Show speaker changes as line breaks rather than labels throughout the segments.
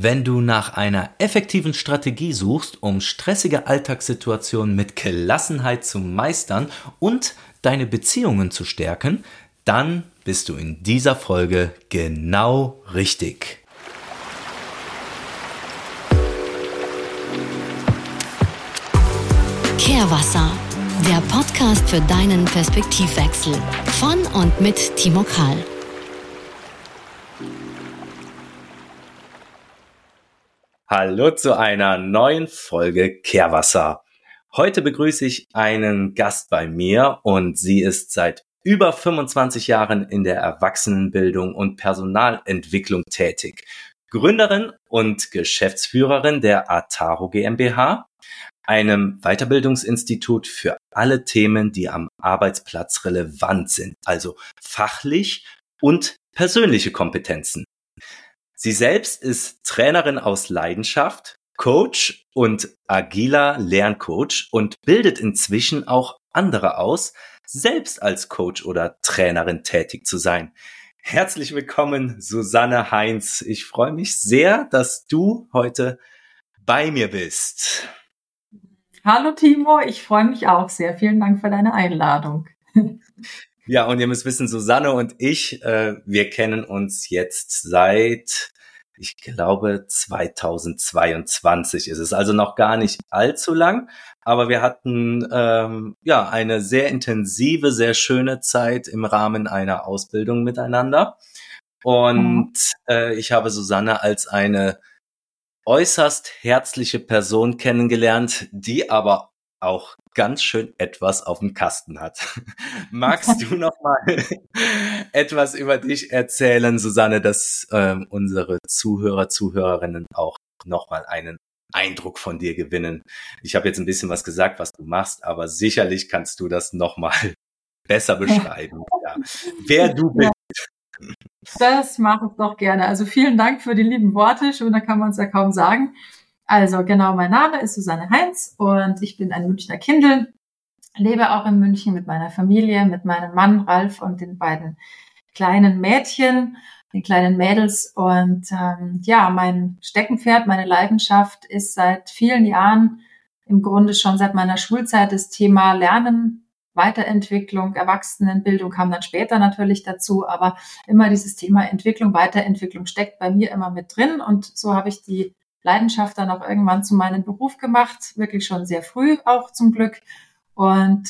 Wenn du nach einer effektiven Strategie suchst, um stressige Alltagssituationen mit Gelassenheit zu meistern und deine Beziehungen zu stärken, dann bist du in dieser Folge genau richtig.
Kehrwasser, der Podcast für deinen Perspektivwechsel von und mit Timo Kahl.
Hallo zu einer neuen Folge Kehrwasser. Heute begrüße ich einen Gast bei mir und sie ist seit über 25 Jahren in der Erwachsenenbildung und Personalentwicklung tätig. Gründerin und Geschäftsführerin der Ataro GmbH, einem Weiterbildungsinstitut für alle Themen, die am Arbeitsplatz relevant sind, also fachlich und persönliche Kompetenzen. Sie selbst ist Trainerin aus Leidenschaft, Coach und agiler Lerncoach und bildet inzwischen auch andere aus, selbst als Coach oder Trainerin tätig zu sein. Herzlich willkommen, Susanne Heinz. Ich freue mich sehr, dass du heute bei mir bist.
Hallo Timo, ich freue mich auch sehr. Vielen Dank für deine Einladung.
Ja, und ihr müsst wissen, Susanne und ich, wir kennen uns jetzt seit, ich glaube, 2022 ist es, also noch gar nicht allzu lang, aber wir hatten eine sehr intensive, sehr schöne Zeit im Rahmen einer Ausbildung miteinander. Und ich habe Susanne als eine äußerst herzliche Person kennengelernt, die aber auch ganz schön etwas auf dem Kasten hat. Magst du noch mal etwas über dich erzählen, Susanne, dass unsere Zuhörerinnen auch noch mal einen Eindruck von dir gewinnen? Ich habe jetzt ein bisschen was gesagt, was du machst, aber sicherlich kannst du das noch mal besser beschreiben, ja. Wer du bist.
Das mache ich doch gerne. Also vielen Dank für die lieben Worte. Schöner kann man es ja kaum sagen. Also genau, mein Name ist Susanne Heinz und ich bin ein Münchner Kindl, lebe auch in München mit meiner Familie, mit meinem Mann Ralf und den beiden kleinen Mädchen, den kleinen Mädels. Und mein Steckenpferd, meine Leidenschaft ist seit vielen Jahren, im Grunde schon seit meiner Schulzeit, das Thema Lernen, Weiterentwicklung, Erwachsenenbildung kam dann später natürlich dazu, aber immer dieses Thema Entwicklung, Weiterentwicklung steckt bei mir immer mit drin und so habe ich die Leidenschaft dann auch irgendwann zu meinem Beruf gemacht, wirklich schon sehr früh auch zum Glück und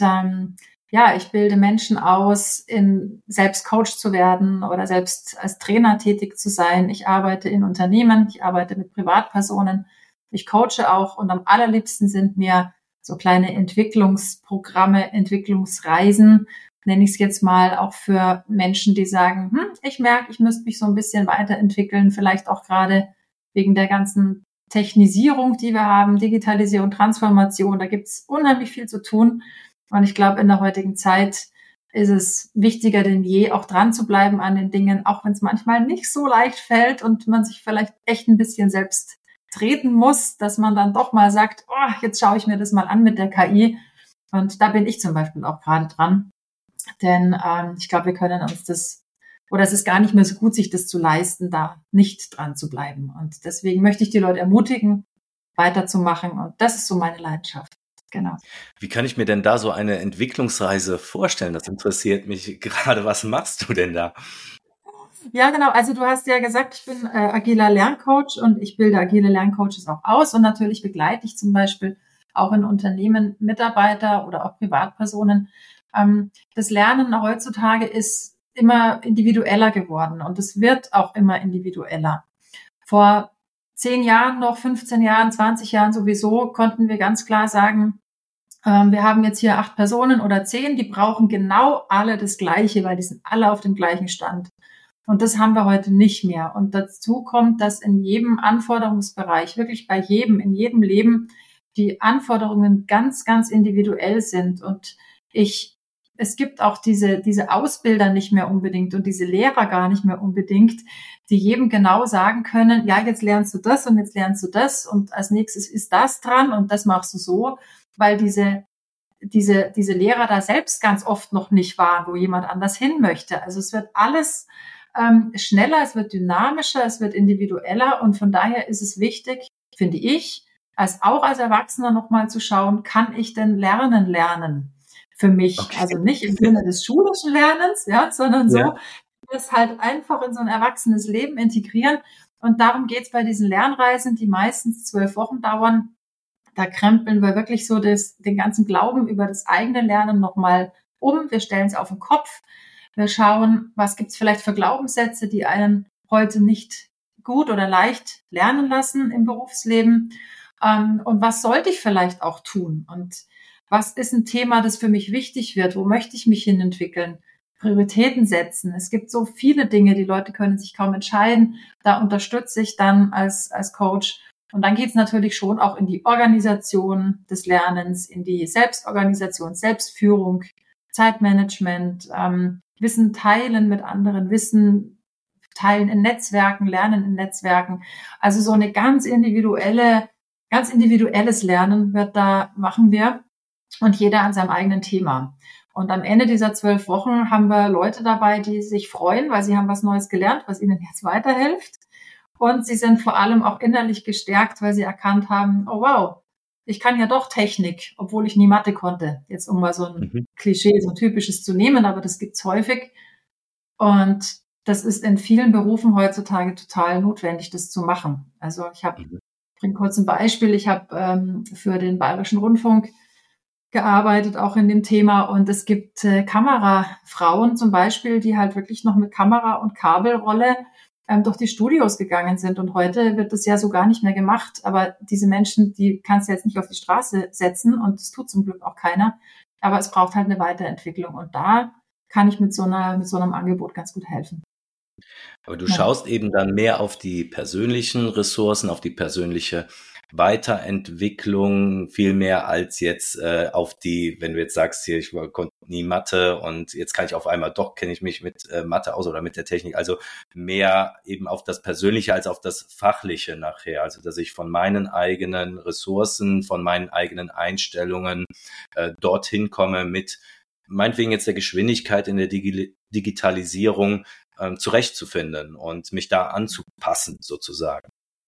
ich bilde Menschen aus, selbst Coach zu werden oder selbst als Trainer tätig zu sein. Ich arbeite in Unternehmen, ich arbeite mit Privatpersonen, ich coache auch und am allerliebsten sind mir so kleine Entwicklungsprogramme, Entwicklungsreisen, nenne ich es jetzt mal, auch für Menschen, die sagen, ich merke, ich müsste mich so ein bisschen weiterentwickeln, vielleicht auch gerade wegen der ganzen Technisierung, die wir haben, Digitalisierung, Transformation, da gibt es unheimlich viel zu tun. Und ich glaube, in der heutigen Zeit ist es wichtiger denn je, auch dran zu bleiben an den Dingen, auch wenn es manchmal nicht so leicht fällt und man sich vielleicht echt ein bisschen selbst treten muss, dass man dann doch mal sagt, jetzt schaue ich mir das mal an mit der KI. Und da bin ich zum Beispiel auch gerade dran. Denn ich glaube, wir können uns es ist gar nicht mehr so gut, sich das zu leisten, da nicht dran zu bleiben. Und deswegen möchte ich die Leute ermutigen, weiterzumachen. Und das ist so meine Leidenschaft. Genau.
Wie kann ich mir denn da so eine Entwicklungsreise vorstellen? Das interessiert mich gerade. Was machst du denn da?
Ja, genau. Also du hast ja gesagt, ich bin agiler Lerncoach und ich bilde agile Lerncoaches auch aus und natürlich begleite ich zum Beispiel auch in Unternehmen Mitarbeiter oder auch Privatpersonen. Das Lernen heutzutage ist immer individueller geworden und es wird auch immer individueller. Vor 10 Jahren noch, 15 Jahren, 20 Jahren sowieso konnten wir ganz klar sagen, wir haben jetzt hier 8 Personen oder 10, die brauchen genau alle das Gleiche, weil die sind alle auf dem gleichen Stand. Und das haben wir heute nicht mehr. Und dazu kommt, dass in jedem Anforderungsbereich, wirklich bei jedem, in jedem Leben, die Anforderungen ganz, ganz individuell sind. Und es gibt auch diese Ausbilder nicht mehr unbedingt und diese Lehrer gar nicht mehr unbedingt, die jedem genau sagen können, ja, jetzt lernst du das und jetzt lernst du das und als nächstes ist das dran und das machst du so, weil diese Lehrer da selbst ganz oft noch nicht waren, wo jemand anders hin möchte. Also es wird alles schneller, es wird dynamischer, es wird individueller und von daher ist es wichtig, finde ich, auch als Erwachsener nochmal zu schauen, kann ich denn lernen für mich?
Okay.
Also nicht im Sinne des schulischen Lernens, ja, sondern so,
Ja.
das halt einfach in so ein erwachsenes Leben integrieren. Und darum geht's bei diesen Lernreisen, die meistens 12 Wochen dauern. Da krempeln wir wirklich so den ganzen Glauben über das eigene Lernen nochmal um. Wir stellen es auf den Kopf. Wir schauen, was gibt's vielleicht für Glaubenssätze, die einen heute nicht gut oder leicht lernen lassen im Berufsleben. Und was sollte ich vielleicht auch tun? Und was ist ein Thema, das für mich wichtig wird? Wo möchte ich mich hin entwickeln? Prioritäten setzen. Es gibt so viele Dinge, die Leute können sich kaum entscheiden. Da unterstütze ich dann als Coach. Und dann geht's natürlich schon auch in die Organisation des Lernens, in die Selbstorganisation, Selbstführung, Zeitmanagement, Wissen teilen mit anderen, Wissen teilen in Netzwerken, lernen in Netzwerken. Also so eine ganz individuelles Lernen machen wir und jeder an seinem eigenen Thema. Und am Ende dieser 12 Wochen haben wir Leute dabei, die sich freuen, weil sie haben was Neues gelernt, was ihnen jetzt weiterhilft. Und sie sind vor allem auch innerlich gestärkt, weil sie erkannt haben, oh wow, ich kann ja doch Technik, obwohl ich nie Mathe konnte. Jetzt um mal so ein Klischee, so ein typisches zu nehmen, aber das gibt's häufig. Und das ist in vielen Berufen heutzutage total notwendig, das zu machen. Also ich bringe kurz ein Beispiel. Ich habe für den Bayerischen Rundfunk gearbeitet, auch in dem Thema. Und es gibt Kamerafrauen zum Beispiel, die halt wirklich noch mit Kamera und Kabelrolle durch die Studios gegangen sind. Und heute wird das ja so gar nicht mehr gemacht. Aber diese Menschen, die kannst du jetzt nicht auf die Straße setzen und das tut zum Glück auch keiner. Aber es braucht halt eine Weiterentwicklung. Und da kann ich mit so einem Angebot ganz gut helfen.
Aber du schaust eben dann mehr auf die persönlichen Ressourcen, auf die persönliche Weiterentwicklung, viel mehr als jetzt auf die, wenn du jetzt sagst, hier, ich konnte nie Mathe und jetzt kann ich auf einmal doch, kenne ich mich mit Mathe aus oder mit der Technik, also mehr eben auf das Persönliche als auf das Fachliche nachher, also dass ich von meinen eigenen Ressourcen, von meinen eigenen Einstellungen dorthin komme mit meinetwegen jetzt der Geschwindigkeit in der Digitalisierung zurechtzufinden und mich da anzupassen sozusagen.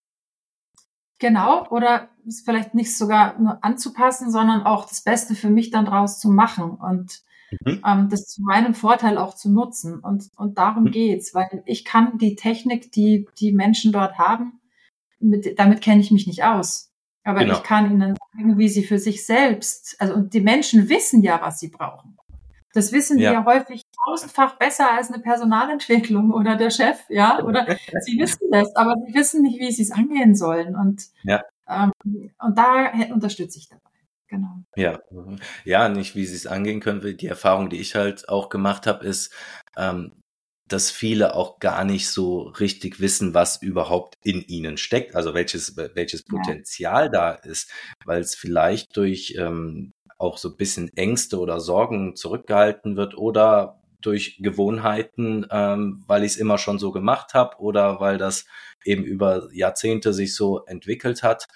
Genau, oder vielleicht nicht sogar nur anzupassen, sondern auch das Beste für mich dann draus zu machen und das zu meinem Vorteil auch zu nutzen. Und darum geht's, weil ich kann die Technik, die Menschen dort haben, damit kenne ich mich nicht aus. Aber ich kann ihnen sagen, wie sie für sich selbst, also und die Menschen wissen ja, was sie brauchen. Das wissen die ja häufig tausendfach besser als eine Personalentwicklung oder der Chef, ja, oder sie wissen das, aber sie wissen nicht, wie sie es angehen sollen und da unterstütze ich dabei. Genau.
Ja, nicht wie sie es angehen können. Die Erfahrung, die ich halt auch gemacht habe, ist, dass viele auch gar nicht so richtig wissen, was überhaupt in ihnen steckt, also welches Potenzial da ist, weil es vielleicht durch auch so ein bisschen Ängste oder Sorgen zurückgehalten wird oder durch Gewohnheiten, weil ich es immer schon so gemacht habe oder weil das eben über Jahrzehnte sich so entwickelt hat.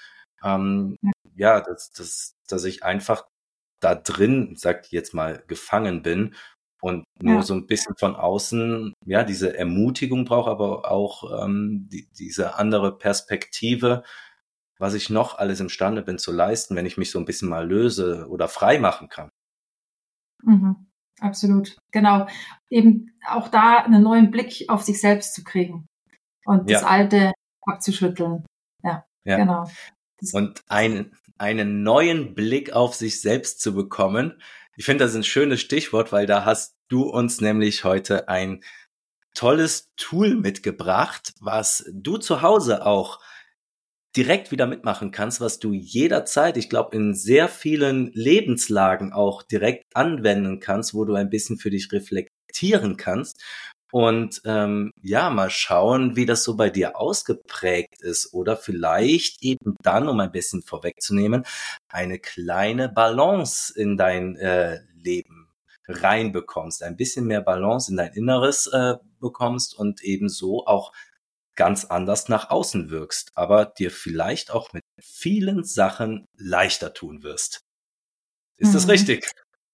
Dass ich einfach da drin, sag ich jetzt mal, gefangen bin und nur so ein bisschen von außen, diese Ermutigung brauche, aber auch diese andere Perspektive, was ich noch alles imstande bin zu leisten, wenn ich mich so ein bisschen mal löse oder frei machen kann.
Absolut, genau. Eben auch da einen neuen Blick auf sich selbst zu kriegen und das Alte abzuschütteln. Ja. Genau.
Und einen neuen Blick auf sich selbst zu bekommen. Ich finde, das ist ein schönes Stichwort, weil da hast du uns nämlich heute ein tolles Tool mitgebracht, was du zu Hause auch direkt wieder mitmachen kannst, was du jederzeit, ich glaube, in sehr vielen Lebenslagen auch direkt anwenden kannst, wo du ein bisschen für dich reflektieren kannst und mal schauen, wie das so bei dir ausgeprägt ist oder vielleicht eben dann, um ein bisschen vorwegzunehmen, eine kleine Balance in dein Leben reinbekommst, ein bisschen mehr Balance in dein Inneres bekommst und ebenso auch ganz anders nach außen wirkst, aber dir vielleicht auch mit vielen Sachen leichter tun wirst. Ist das richtig?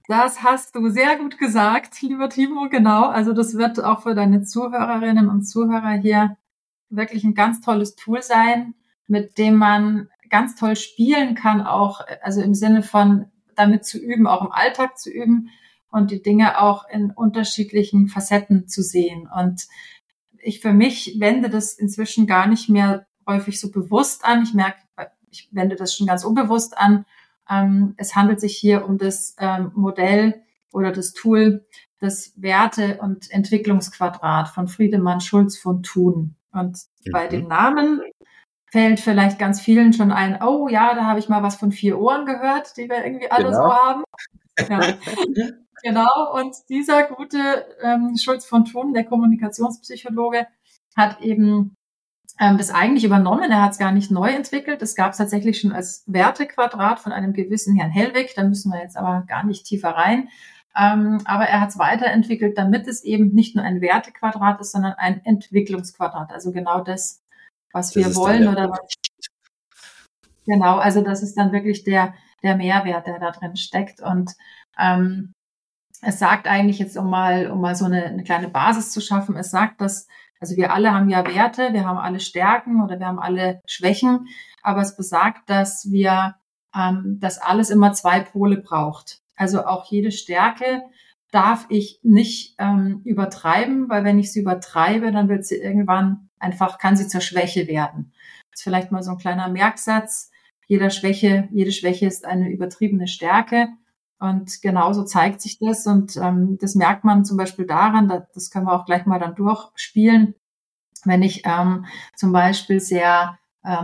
Das hast du sehr gut gesagt, lieber Timo, genau. Also das wird auch für deine Zuhörerinnen und Zuhörer hier wirklich ein ganz tolles Tool sein, mit dem man ganz toll spielen kann, auch also im Sinne von damit zu üben, auch im Alltag zu üben und die Dinge auch in unterschiedlichen Facetten zu sehen. Und ich für mich wende das inzwischen gar nicht mehr häufig so bewusst an. Ich merke, ich wende das schon ganz unbewusst an. Es handelt sich hier um das Modell oder das Tool, das Werte- und Entwicklungsquadrat von Friedemann Schulz von Thun. Und bei dem Namen fällt vielleicht ganz vielen schon ein, oh ja, da habe ich mal was von 4 Ohren gehört, die wir irgendwie alle so haben. Ja. Genau, und dieser gute Schulz von Thun, der Kommunikationspsychologe, hat eben das eigentlich übernommen. Er hat es gar nicht neu entwickelt. Es gab es tatsächlich schon als Wertequadrat von einem gewissen Herrn Hellwig. Da müssen wir jetzt aber gar nicht tiefer rein. Aber er hat es weiterentwickelt, damit es eben nicht nur ein Wertequadrat ist, sondern ein Entwicklungsquadrat. Also genau das, was das wir wollen oder was. Genau, also das ist dann wirklich der Mehrwert, der da drin steckt. Und es sagt eigentlich jetzt, um mal so eine kleine Basis zu schaffen, es sagt, dass, also wir alle haben ja Werte, wir haben alle Stärken oder wir haben alle Schwächen, aber es besagt, dass dass alles immer 2 Pole braucht. Also auch jede Stärke darf ich nicht übertreiben, weil wenn ich sie übertreibe, dann wird sie irgendwann kann sie zur Schwäche werden. Das ist vielleicht mal so ein kleiner Merksatz. Jede Schwäche ist eine übertriebene Stärke. Und genauso zeigt sich das. Und das merkt man zum Beispiel daran, das können wir auch gleich mal dann durchspielen, wenn ich zum Beispiel sehr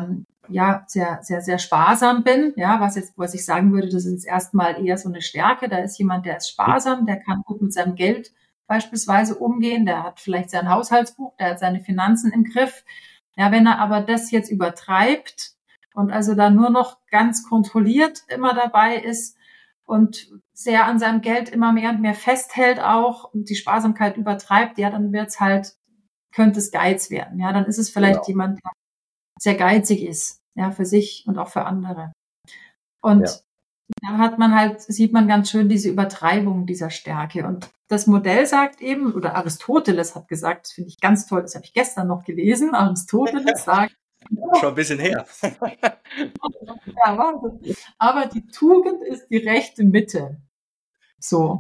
sparsam bin, ja, was ich sagen würde, das ist jetzt erstmal eher so eine Stärke. Da ist jemand, der ist sparsam, der kann gut mit seinem Geld beispielsweise umgehen, der hat vielleicht sein Haushaltsbuch, der hat seine Finanzen im Griff. Ja, wenn er aber das jetzt übertreibt und also da nur noch ganz kontrolliert immer dabei ist und sehr an seinem Geld immer mehr und mehr festhält auch und die Sparsamkeit übertreibt, ja, dann könnte es Geiz werden. Ja, dann ist es vielleicht jemand, der sehr geizig ist, ja, für sich und auch für andere. Und da sieht man ganz schön diese Übertreibung dieser Stärke. Und das Modell sagt eben, oder Aristoteles hat gesagt, das finde ich ganz toll, das habe ich gestern noch gelesen, Aristoteles sagt,
schon ein bisschen her.
Ja, Wahnsinn. Aber die Tugend ist die rechte Mitte. So.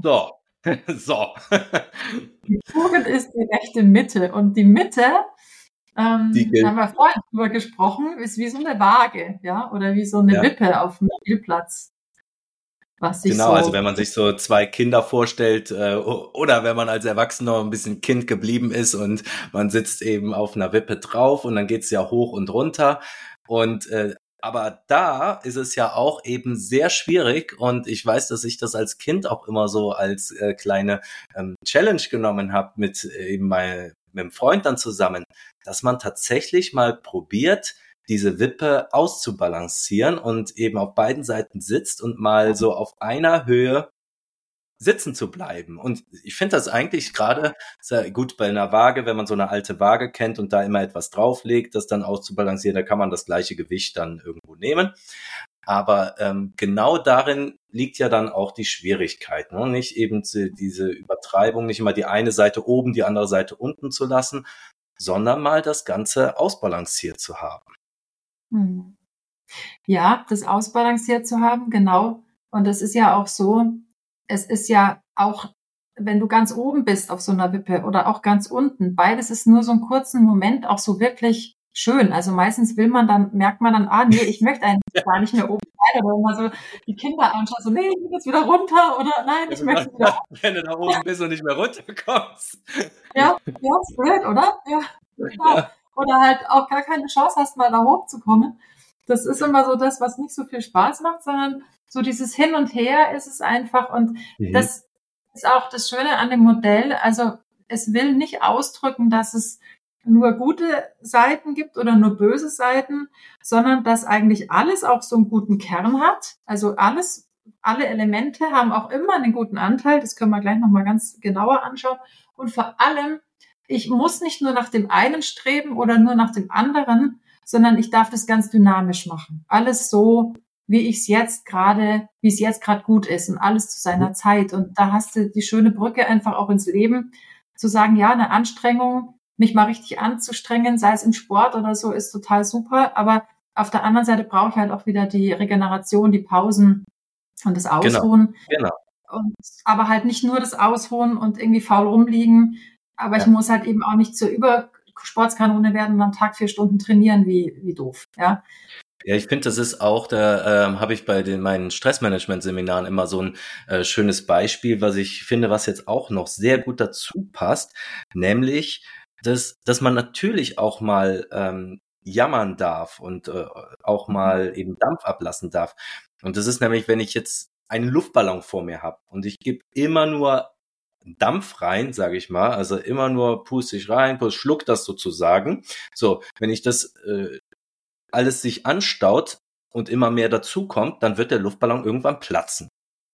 Die Tugend ist die rechte Mitte. Und die Mitte, da haben wir vorhin drüber gesprochen, ist wie so eine Waage, ja, oder wie so eine Wippe auf dem Spielplatz.
Also wenn man sich so 2 Kinder vorstellt oder wenn man als Erwachsener ein bisschen Kind geblieben ist und man sitzt eben auf einer Wippe drauf und dann geht's ja hoch und runter und aber da ist es ja auch eben sehr schwierig und ich weiß, dass ich das als Kind auch immer so als kleine Challenge genommen habe mit einem Freund dann zusammen, dass man tatsächlich mal probiert, diese Wippe auszubalancieren und eben auf beiden Seiten sitzt und mal so auf einer Höhe sitzen zu bleiben. Und ich finde das eigentlich gerade sehr gut bei einer Waage, wenn man so eine alte Waage kennt und da immer etwas drauflegt, das dann auszubalancieren, da kann man das gleiche Gewicht dann irgendwo nehmen. Aber genau darin liegt ja dann auch die Schwierigkeit, ne? Nicht eben diese Übertreibung, nicht immer die eine Seite oben, die andere Seite unten zu lassen, sondern mal das Ganze ausbalanciert zu haben.
Ja, das ausbalanciert zu haben, genau. Und es ist ja auch so, es ist ja auch, wenn du ganz oben bist auf so einer Wippe oder auch ganz unten, beides ist nur so einen kurzen Moment auch so wirklich schön. Also meistens merkt man dann, nee, ich möchte eigentlich gar nicht mehr oben sein. Oder wenn man so die Kinder anschaut, so, nee, ich will jetzt wieder runter oder nein, ich möchte wieder.
Wenn du da oben bist und nicht mehr runterkommst.
Ja, ist blöd, oder? Ja, genau. Oder halt auch gar keine Chance hast, mal da hochzukommen. Das ist immer so das, was nicht so viel Spaß macht, sondern so dieses Hin und Her ist es einfach. Und das ist auch das Schöne an dem Modell. Also es will nicht ausdrücken, dass es nur gute Seiten gibt oder nur böse Seiten, sondern dass eigentlich alles auch so einen guten Kern hat. Also alle Elemente haben auch immer einen guten Anteil. Das können wir gleich nochmal ganz genauer anschauen. Und vor allem, ich muss nicht nur nach dem einen streben oder nur nach dem anderen, sondern ich darf das ganz dynamisch machen. Alles so, wie es jetzt gerade gut ist und alles zu seiner Zeit. Und da hast du die schöne Brücke einfach auch ins Leben, zu sagen, ja, eine Anstrengung, mich mal richtig anzustrengen, sei es im Sport oder so, ist total super. Aber auf der anderen Seite brauche ich halt auch wieder die Regeneration, die Pausen und das Ausruhen.
Genau.
Aber halt nicht nur das Ausruhen und irgendwie faul rumliegen. Aber ich muss halt eben auch nicht zur Übersportskanone werden und am Tag 4 Stunden trainieren, wie doof. Ja.
Ja, ich finde, das ist auch, da habe ich bei meinen Stressmanagement-Seminaren immer so ein schönes Beispiel, was ich finde, was jetzt auch noch sehr gut dazu passt, nämlich, dass man natürlich auch mal jammern darf und auch mal eben Dampf ablassen darf. Und das ist nämlich, wenn ich jetzt einen Luftballon vor mir habe und ich gebe immer nur Dampf rein, sage ich mal, also immer nur puste ich rein, schluck das sozusagen. So, wenn ich das alles sich anstaut und immer mehr dazukommt, dann wird der Luftballon irgendwann platzen.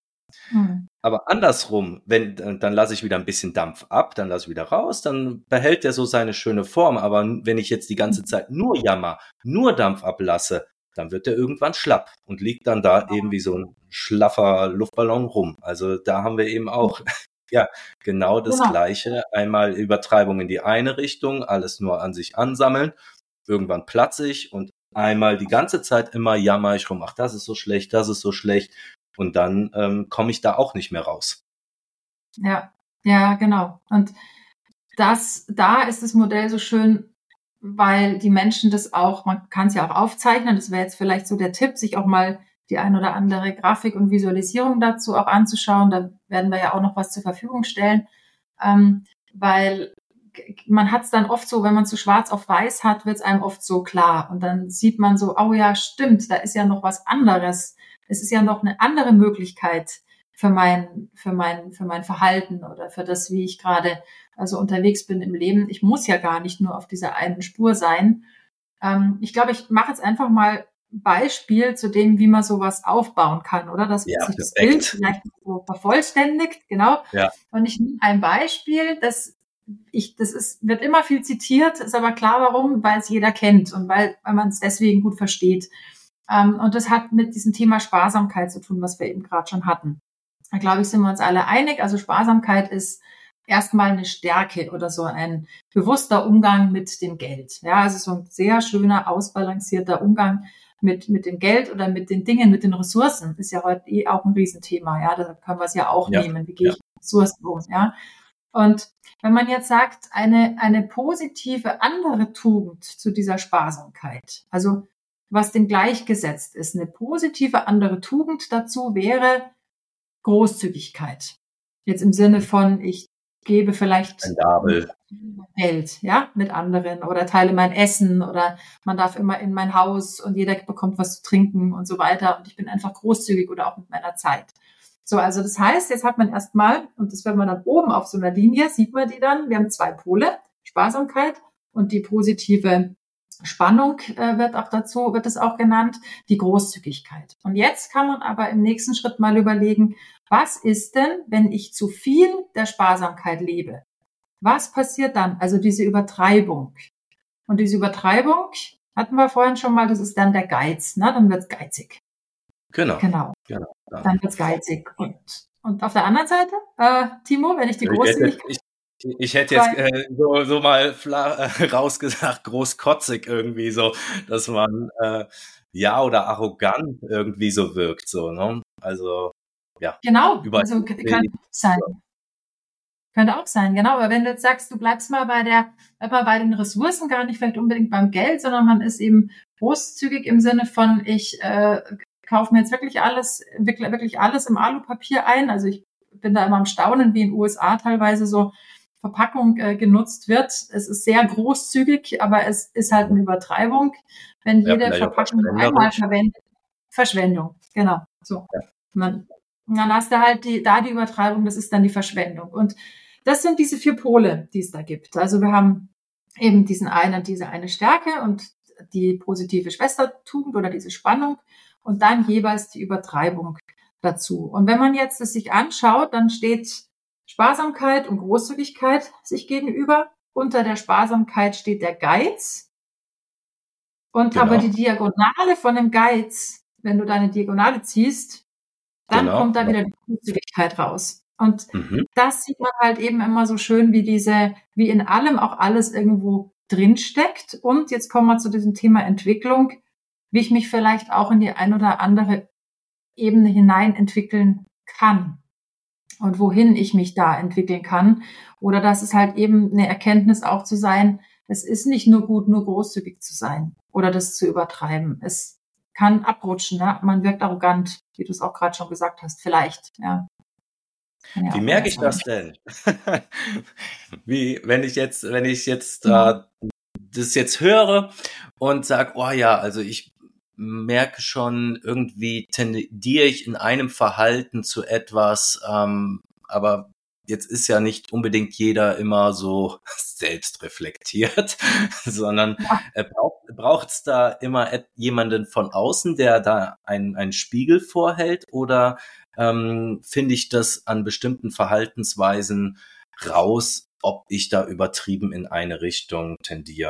Aber andersrum, dann lasse ich wieder ein bisschen Dampf ab, dann lasse ich wieder raus, dann behält der so seine schöne Form. Aber wenn ich jetzt die ganze Zeit nur jammer, nur Dampf ablasse, dann wird der irgendwann schlapp und liegt dann da eben wie so ein schlaffer Luftballon rum. Also da haben wir eben auch ja genau das Gleiche. Einmal Übertreibung in die eine Richtung, alles nur an sich ansammeln, irgendwann platze ich und einmal die ganze Zeit immer jammer ich rum, ach, das ist so schlecht, das ist so schlecht. Und dann komme ich da auch nicht mehr raus.
Ja, genau. Und da ist das Modell so schön, weil die Menschen das auch, man kann es ja auch aufzeichnen, das wäre jetzt vielleicht so der Tipp, sich auch mal die ein oder andere Grafik und Visualisierung dazu auch anzuschauen. Da werden wir ja auch noch was zur Verfügung stellen, weil man hat es dann oft so, wenn man es so schwarz auf weiß hat, wird es einem oft so klar. Und dann sieht man so, oh ja, stimmt, da ist ja noch was anderes. Es ist ja noch eine andere Möglichkeit für mein Verhalten oder für das, wie ich gerade also unterwegs bin im Leben. Ich muss ja gar nicht nur auf dieser einen Spur sein. Ich glaube, ich mache jetzt einfach mal Beispiel zu dem, wie man sowas aufbauen kann, oder? Dass sich das Bild vielleicht so vervollständigt, genau.
Ja.
Und ich nehme ein Beispiel, wird immer viel zitiert, ist aber klar, warum, weil es jeder kennt und weil man es deswegen gut versteht. Und das hat mit diesem Thema Sparsamkeit zu tun, was wir eben gerade schon hatten. Da glaube ich, sind wir uns alle einig. Also Sparsamkeit ist erstmal eine Stärke oder so ein bewusster Umgang mit dem Geld. Ja, also so ein sehr schöner, ausbalancierter Umgang mit dem Geld oder mit den Dingen, mit den Ressourcen. Ist ja heute auch ein Riesenthema. Ja, da können wir es ja auch nehmen. Wie gehe ich mit Ressourcen um? Ja. Und wenn man jetzt sagt, eine positive andere Tugend zu dieser Sparsamkeit, also was dem gleichgesetzt ist, eine positive andere Tugend dazu wäre Großzügigkeit. Jetzt im Sinne von, ich gebe vielleicht Geld, ja, mit anderen oder teile mein Essen oder man darf immer in mein Haus und jeder bekommt was zu trinken und so weiter und ich bin einfach großzügig oder auch mit meiner Zeit. So, also das heißt, jetzt hat man erstmal, und das wenn man dann oben auf so einer Linie, sieht man die dann, wir haben 2 Pole, Sparsamkeit und die positive Spannung wird es auch genannt, die Großzügigkeit. Und jetzt kann man aber im nächsten Schritt mal überlegen, was ist denn, wenn ich zu viel der Sparsamkeit lebe? Was passiert dann? Also diese Übertreibung. Und diese Übertreibung hatten wir vorhin schon mal, das ist dann der Geiz, ne? Dann wird's geizig. Genau. Dann wird's geizig. Und auf der anderen Seite, Timo, wenn ich die Großzügigkeit...
Ich hätte jetzt so mal rausgesagt, großkotzig irgendwie so, dass man oder arrogant irgendwie so wirkt, so, ne? Also, ja.
Genau, also könnte auch sein, genau. Aber wenn du jetzt sagst, du bleibst mal bei den Ressourcen, gar nicht vielleicht unbedingt beim Geld, sondern man ist eben großzügig im Sinne von, ich kaufe mir jetzt wirklich alles im Alupapier ein. Also ich bin da immer am Staunen, wie in den USA teilweise so Verpackung genutzt wird. Es ist sehr großzügig, aber es ist halt eine Übertreibung, wenn jede Verpackung einmal verwendet. Verschwendung, genau. So. Ja. Und dann hast du halt die Übertreibung, das ist dann die Verschwendung. Und das sind diese 4 Pole, die es da gibt. Also wir haben eben diese eine Stärke und die positive Schwestertugend oder diese Spannung und dann jeweils die Übertreibung dazu. Und wenn man jetzt es sich anschaut, dann steht Sparsamkeit und Großzügigkeit sich gegenüber. Unter der Sparsamkeit steht der Geiz. Und aber die Diagonale von dem Geiz wenn du deine Diagonale ziehst, dann kommt da wieder die Großzügigkeit raus. Und das sieht man halt eben immer so schön, wie in allem auch alles irgendwo drinsteckt. Und jetzt kommen wir zu diesem Thema Entwicklung, wie ich mich vielleicht auch in die ein oder andere Ebene hinein entwickeln kann und wohin ich mich da entwickeln kann. Oder dass es halt eben eine Erkenntnis auch zu sein, es ist nicht nur gut, nur großzügig zu sein oder das zu übertreiben. Es kann abrutschen, ne? Man wirkt arrogant, wie du es auch gerade schon gesagt hast, vielleicht, ja.
Wie merke ich das denn? Wenn ich jetzt das jetzt höre und sage, oh ja, also ich merke schon, irgendwie tendiere ich in einem Verhalten zu etwas, aber jetzt ist ja nicht unbedingt jeder immer so selbstreflektiert, sondern braucht es da immer jemanden von außen, der da einen Spiegel vorhält, oder finde ich das an bestimmten Verhaltensweisen raus, ob ich da übertrieben in eine Richtung tendiere?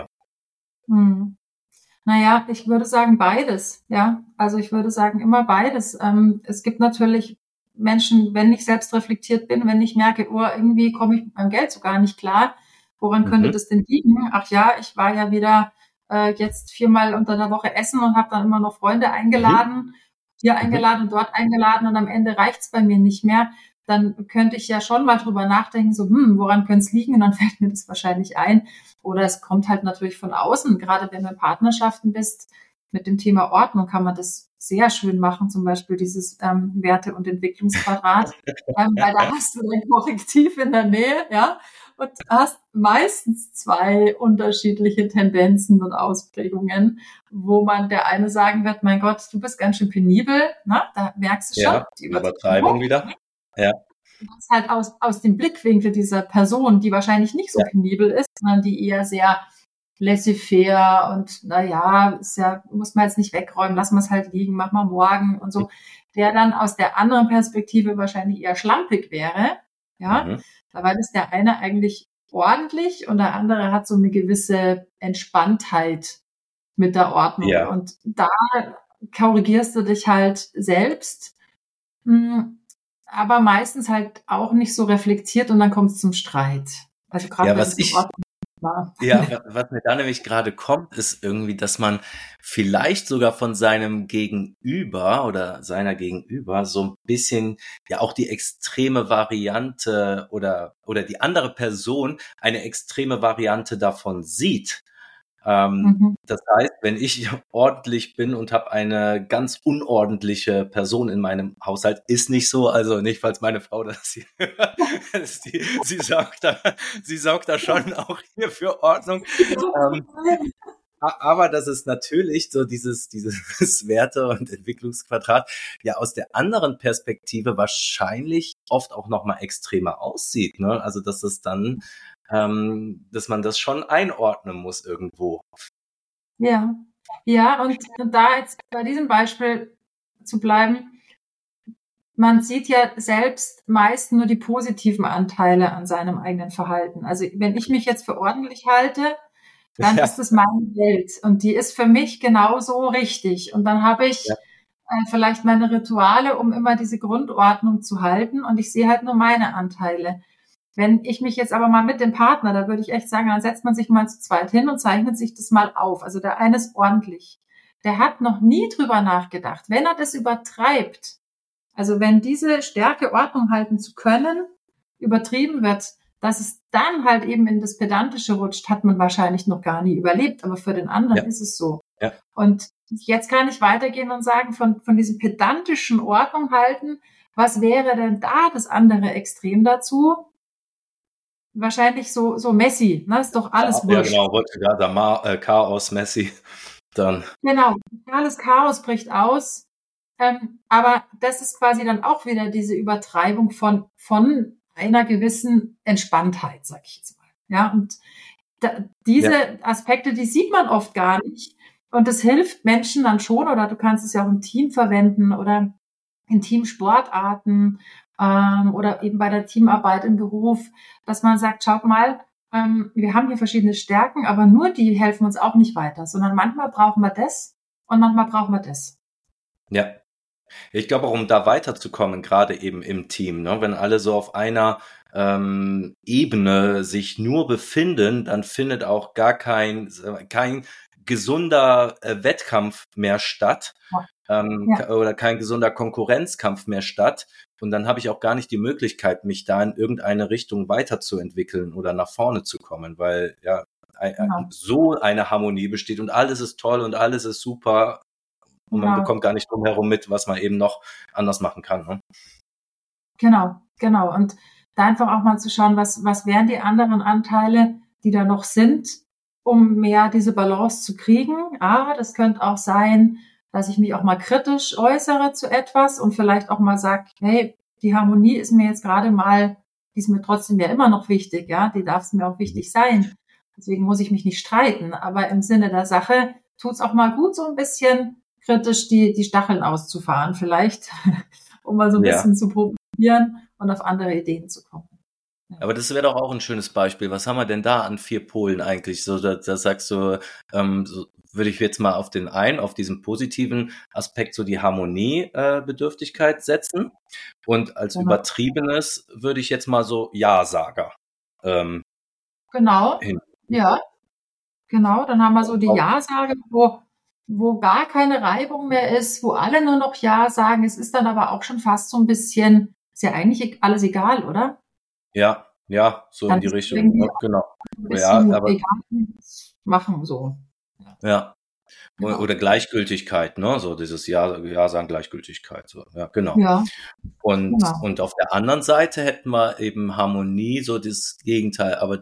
Naja, ich würde sagen beides, ja. Also ich würde sagen immer beides. Es gibt natürlich Menschen, wenn ich selbst reflektiert bin, wenn ich merke, oh, irgendwie komme ich mit meinem Geld so gar nicht klar, woran könnte das denn liegen? Ach ja, ich war ja wieder jetzt 4-mal unter der Woche essen und habe dann immer noch Freunde eingeladen, hier eingeladen und dort eingeladen, und am Ende reicht's bei mir nicht mehr. Dann könnte ich ja schon mal drüber nachdenken, so, woran könnte es liegen? Und dann fällt mir das wahrscheinlich ein. Oder es kommt halt natürlich von außen. Gerade wenn du in Partnerschaften bist, mit dem Thema Ordnung kann man das sehr schön machen. Zum Beispiel dieses Werte- und Entwicklungsquadrat. Weil da hast du ein Korrektiv in der Nähe, ja, und hast meistens 2 unterschiedliche Tendenzen und Ausprägungen, wo man der eine sagen wird, mein Gott, du bist ganz schön penibel, ne? Da merkst du schon.
Ja, die Übertreibung wieder. Ja.
Das ist halt aus dem Blickwinkel dieser Person, die wahrscheinlich nicht so penibel ist, sondern die eher sehr laissez-faire und ist ja, muss man jetzt nicht wegräumen, lassen wir es halt liegen, machen wir morgen und so, der dann aus der anderen Perspektive wahrscheinlich eher schlampig wäre, ja, weil ist der eine eigentlich ordentlich und der andere hat so eine gewisse Entspanntheit mit der Ordnung, und da korrigierst du dich halt selbst, aber meistens halt auch nicht so reflektiert, und dann kommt es zum Streit. Also gerade was mir
da nämlich gerade kommt, ist irgendwie, dass man vielleicht sogar von seinem Gegenüber oder seiner Gegenüber so ein bisschen ja auch die extreme Variante oder die andere Person eine extreme Variante davon sieht. Das heißt, wenn ich ordentlich bin und habe eine ganz unordentliche Person in meinem Haushalt, ist nicht so, also nicht, falls meine Frau das hier sie sorgt da schon auch hier für Ordnung. Aber das ist natürlich so dieses Werte- und Entwicklungsquadrat ja aus der anderen Perspektive wahrscheinlich oft auch nochmal extremer aussieht, ne? Also dass es dann dass man das schon einordnen muss irgendwo.
Ja, und da jetzt bei diesem Beispiel zu bleiben, man sieht ja selbst meist nur die positiven Anteile an seinem eigenen Verhalten. Also wenn ich mich jetzt für ordentlich halte, dann ist das meine Welt und die ist für mich genauso richtig. Und dann habe ich vielleicht meine Rituale, um immer diese Grundordnung zu halten, und ich sehe halt nur meine Anteile. Wenn ich mich jetzt aber mal mit dem Partner, da würde ich echt sagen, dann setzt man sich mal zu zweit hin und zeichnet sich das mal auf. Also der eine ist ordentlich. Der hat noch nie drüber nachgedacht. Wenn er das übertreibt, also wenn diese Stärke, Ordnung halten zu können, übertrieben wird, dass es dann halt eben in das Pedantische rutscht, hat man wahrscheinlich noch gar nie überlebt. Aber für den anderen ist es so. Ja. Und jetzt kann ich weitergehen und sagen, von diesem pedantischen Ordnung halten, was wäre denn da das andere Extrem dazu? Wahrscheinlich so Messi, ne? Ist doch alles wurscht.
Ja, genau, wollte gerade Chaos, Messi, dann.
Genau, alles Chaos bricht aus. Aber das ist quasi dann auch wieder diese Übertreibung von einer gewissen Entspanntheit, sag ich jetzt mal. Ja, und diese Aspekte, die sieht man oft gar nicht. Und das hilft Menschen dann schon, oder du kannst es ja auch im Team verwenden oder in Teamsportarten, oder eben bei der Teamarbeit im Beruf, dass man sagt, schaut mal, wir haben hier verschiedene Stärken, aber nur die helfen uns auch nicht weiter, sondern manchmal brauchen wir das und manchmal brauchen wir das.
Ja. Ich glaube auch, um da weiterzukommen, gerade eben im Team, ne, wenn alle so auf einer Ebene sich nur befinden, dann findet auch gar kein gesunder Wettkampf mehr statt,
Ja,
oder kein gesunder Konkurrenzkampf mehr statt. Und dann habe ich auch gar nicht die Möglichkeit, mich da in irgendeine Richtung weiterzuentwickeln oder nach vorne zu kommen, weil ja
genau,
so eine Harmonie besteht und alles ist toll und alles ist super und man
genau,
bekommt gar nicht drumherum mit, was man eben noch anders machen kann. Ne?
genau. Und da einfach auch mal zu schauen, was wären die anderen Anteile, die da noch sind, um mehr diese Balance zu kriegen. Aber das könnte auch sein, dass ich mich auch mal kritisch äußere zu etwas und vielleicht auch mal sage, hey, die Harmonie ist mir jetzt gerade mal, die ist mir trotzdem ja immer noch wichtig, ja, die darf es mir auch
Mhm.
wichtig sein. Deswegen muss ich mich nicht streiten. Aber im Sinne der Sache tut's auch mal gut, so ein bisschen kritisch die Stacheln auszufahren, vielleicht, um mal so ein
Ja,
bisschen zu probieren und auf andere Ideen zu kommen. Ja.
aber das wäre doch auch ein schönes Beispiel. Was haben wir denn da an 4 Polen eigentlich? So, da sagst du, so würde ich jetzt mal auf diesen positiven Aspekt so die Harmonie, Bedürftigkeit setzen. Und als
Genau.
Übertriebenes würde ich jetzt mal so Ja-Sager ähm,
Genau.
hin.
Ja, genau. Dann haben wir so die Ja-Sage, wo gar keine Reibung mehr ist, wo alle nur noch Ja sagen. Es ist dann aber auch schon fast so ein bisschen, ist ja eigentlich alles egal, oder?
Ja, ja, so in
Dann
die
ist es
Richtung,
irgendwie
ne,
auch
genau.
ein
Ja,
bisschen
aber
egal, machen so. Ja,
ja.
genau.
Oder Gleichgültigkeit, ne? So dieses Ja sagen Gleichgültigkeit. So, ja, genau.
Ja, genau.
Und auf der anderen Seite hätten wir eben Harmonie, so das Gegenteil, aber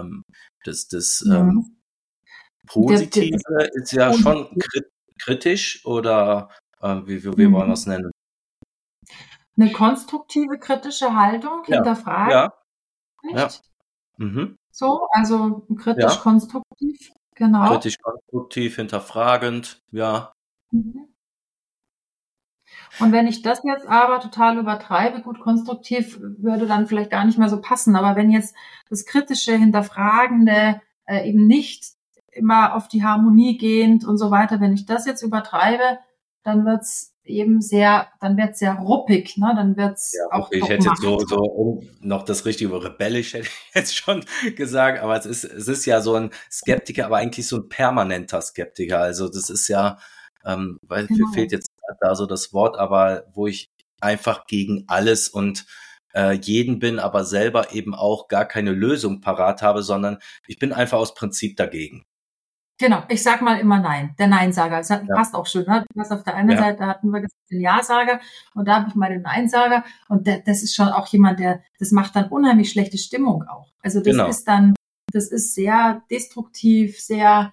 das
Mhm. Das
Positive ist ja schon kritisch oder wie wollen wir es
Mhm.
nennen?
Eine konstruktive kritische Haltung,
Ja,
hinterfragen,
ja, ja,
nicht?
mhm,
So, also kritisch
ja,
konstruktiv, genau.
kritisch, konstruktiv, hinterfragend, ja,
Mhm. Und wenn ich das jetzt aber total übertreibe, gut, konstruktiv würde dann vielleicht gar nicht mehr so passen, aber wenn jetzt das kritische, hinterfragende, eben nicht immer auf die Harmonie gehend und so weiter, wenn ich das jetzt übertreibe, dann wird's eben dann wird's sehr ruppig, ne? Dann
ja,
wird's auch
okay, ich hätte jetzt
dogmatisch.
noch das richtige rebellisch hätte ich jetzt schon gesagt, aber es ist ja so ein Skeptiker, aber eigentlich so ein permanenter Skeptiker. Also das ist ja, weil mir
Genau.
fehlt jetzt da so das Wort, aber wo ich einfach gegen alles und jeden bin, aber selber eben auch gar keine Lösung parat habe, sondern ich bin einfach aus Prinzip dagegen.
Genau, ich sag mal immer nein, der Neinsager. Das
Ja,
passt auch schön, ne? Du hast auf der einen
ja,
Seite hatten wir gesagt den Ja-Sager und da habe ich mal den Neinsager und das ist schon auch jemand, das macht dann unheimlich schlechte Stimmung auch. Also
genau.
das ist sehr destruktiv, sehr,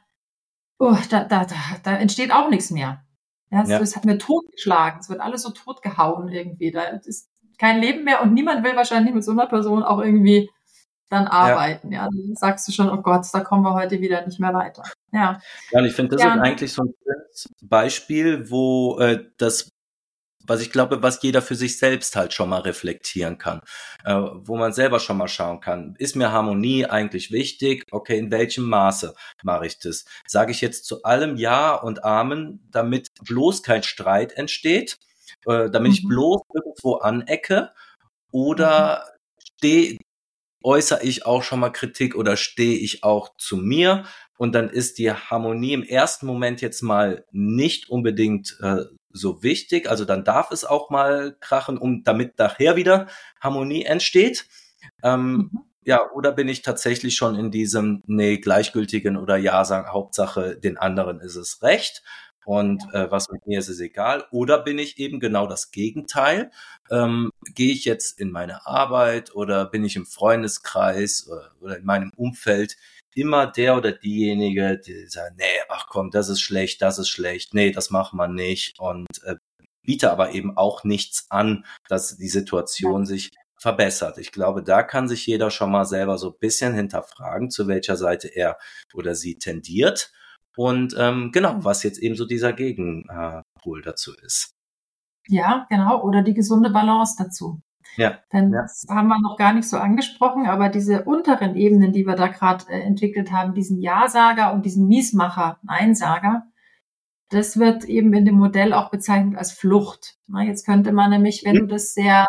da entsteht auch nichts mehr. Ja,
Ja.
es hat mir totgeschlagen, es wird alles so totgehauen irgendwie. Da ist kein Leben mehr und niemand will wahrscheinlich mit so einer Person auch irgendwie dann
Ja.
arbeiten. Ja, dann sagst du schon, oh Gott, da kommen wir heute wieder nicht mehr weiter. Ja.
Ja, und ich finde, das
Ja,
ist eigentlich so ein schönes Beispiel, wo was ich glaube, was jeder für sich selbst halt schon mal reflektieren kann, wo man selber schon mal schauen kann, ist mir Harmonie eigentlich wichtig? Okay, in welchem Maße mache ich das? Sage ich jetzt zu allem Ja und Amen, damit bloß kein Streit entsteht, damit ich
mhm,
bloß irgendwo anecke,
mhm,
oder äußere ich auch schon mal Kritik oder stehe ich auch zu mir? Und dann ist die Harmonie im ersten Moment jetzt mal nicht unbedingt so wichtig. Also dann darf es auch mal krachen, damit nachher wieder Harmonie entsteht. Ähm,
mhm.
ja, oder bin ich tatsächlich schon in diesem, nee, gleichgültigen oder Ja sagen, Hauptsache den anderen ist es recht und was mit mir ist, ist egal. Oder bin ich eben genau das Gegenteil? Gehe ich jetzt in meine Arbeit oder bin ich im Freundeskreis oder in meinem Umfeld immer der oder diejenige, die sagen, nee, ach komm, das ist schlecht, nee, das macht man nicht und biete aber eben auch nichts an, dass die
Ja,
Situation sich verbessert. Ich glaube, da kann sich jeder schon mal selber so ein bisschen hinterfragen, zu welcher Seite er oder sie tendiert und genau, was jetzt eben so dieser Gegenpol dazu ist.
ja, genau. Oder die gesunde Balance dazu.
Ja,
Denn
ja.
das haben wir noch gar nicht so angesprochen, aber diese unteren Ebenen, die wir da gerade entwickelt haben, diesen Ja-Sager und diesen Miesmacher, Neinsager, das wird eben in dem Modell auch bezeichnet als Flucht. Jetzt könnte man nämlich, wenn du das sehr